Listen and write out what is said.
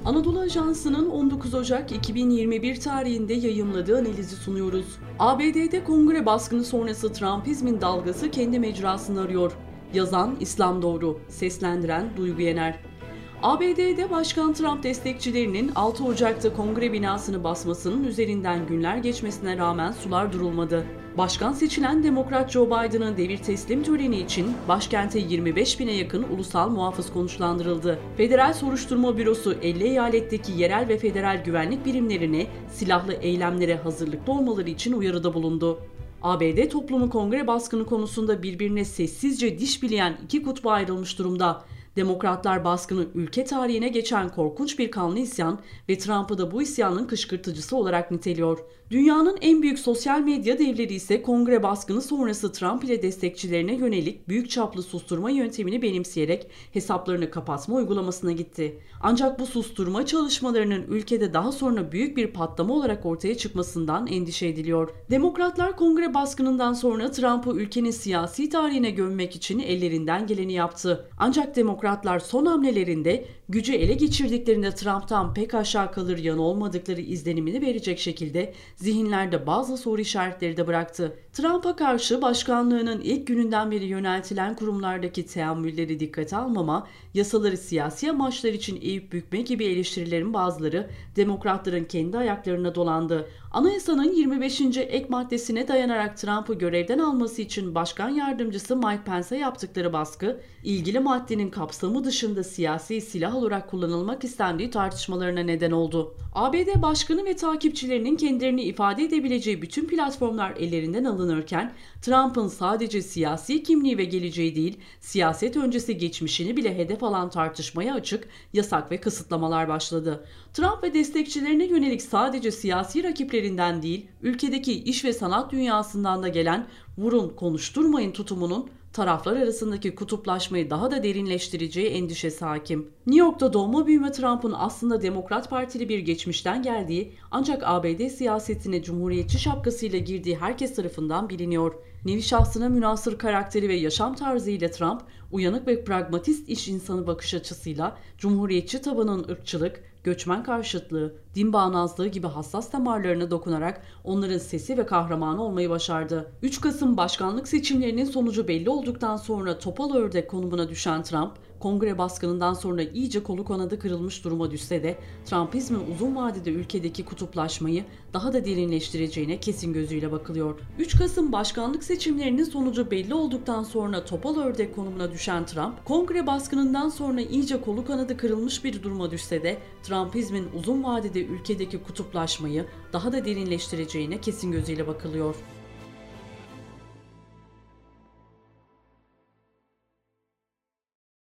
Anadolu Ajansı'nın 19 Ocak 2021 tarihinde yayımladığı analizi sunuyoruz. ABD'de kongre baskını sonrası Trumpizmin dalgası kendi mecrasını arıyor. Yazan İslam Doğru, seslendiren Duygu Yener. ABD'de Başkan Trump destekçilerinin 6 Ocak'ta kongre binasını basmasının üzerinden günler geçmesine rağmen sular durulmadı. Başkan seçilen Demokrat Joe Biden'ın devir teslim töreni için başkente 25 bine yakın ulusal muhafız konuşlandırıldı. Federal Soruşturma Bürosu 50 eyaletteki yerel ve federal güvenlik birimlerine silahlı eylemlere hazırlıklı olmaları için uyarıda bulundu. ABD toplumu kongre baskını konusunda birbirine sessizce diş bileyen iki kutba ayrılmış durumda. Demokratlar baskını ülke tarihine geçen korkunç bir kanlı isyan ve Trump'ı da bu isyanın kışkırtıcısı olarak niteliyor. Dünyanın en büyük sosyal medya devleri ise kongre baskını sonrası Trump ile destekçilerine yönelik büyük çaplı susturma yöntemini benimseyerek hesaplarını kapatma uygulamasına gitti. Ancak bu susturma çalışmalarının ülkede daha sonra büyük bir patlama olarak ortaya çıkmasından endişe ediliyor. Demokratlar kongre baskınından sonra Trump'ı ülkenin siyasi tarihine gömmek için ellerinden geleni yaptı. Ancak Demokratlar son hamlelerinde gücü ele geçirdiklerinde Trump'tan pek aşağı kalır yanı olmadıkları izlenimini verecek şekilde zihinlerde bazı soru işaretleri de bıraktı. Trump'a karşı başkanlığının ilk gününden beri yöneltilen kurumlardaki teamülleri dikkate almama, yasaları siyasi amaçlar için eğip bükme gibi eleştirilerin bazıları Demokratların kendi ayaklarına dolandı. Anayasanın 25. ek maddesine dayanarak Trump'ı görevden alması için Başkan Yardımcısı Mike Pence'e yaptıkları baskı, ilgili maddenin kapsamı dışında siyasi silah olarak kullanılmak istendiği tartışmalarına neden oldu. ABD Başkanı ve takipçilerinin kendilerini ifade edebileceği bütün platformlar ellerinden alınırken, Trump'ın sadece siyasi kimliği ve geleceği değil, siyaset öncesi geçmişini bile hedef alan tartışmaya açık, yasak ve kısıtlamalar başladı. Trump ve destekçilerine yönelik sadece siyasi rakiplerinden değil, ülkedeki iş ve sanat dünyasından da gelen "vurun, konuşturmayın" tutumunun taraflar arasındaki kutuplaşmayı daha da derinleştireceği endişesi hakim. New York'ta doğma büyüme Trump'ın aslında Demokrat Partili bir geçmişten geldiği, ancak ABD siyasetine cumhuriyetçi şapkasıyla girdiği herkes tarafından biliniyor. Nevi şahsına münhasır karakteri ve yaşam tarzıyla Trump, uyanık ve pragmatist iş insanı bakış açısıyla cumhuriyetçi tabanın ırkçılık, göçmen karşıtlığı, din bağnazlığı gibi hassas damarlarına dokunarak onların sesi ve kahramanı olmayı başardı. 3 Kasım başkanlık seçimlerinin sonucu belli olduktan sonra topal ördek konumuna düşen Trump, kongre baskınından sonra iyice kolu kanadı kırılmış duruma düşse de Trumpizmin uzun vadede ülkedeki kutuplaşmayı daha da derinleştireceğine kesin gözüyle bakılıyor. 3 Kasım başkanlık seçimlerinin sonucu belli olduktan sonra topal ördek konumuna düşen Trump, kongre baskınından sonra iyice kolu kanadı kırılmış bir duruma düşse de Trumpizmin uzun vadede ülkedeki kutuplaşmayı daha da derinleştireceğine kesin gözüyle bakılıyor.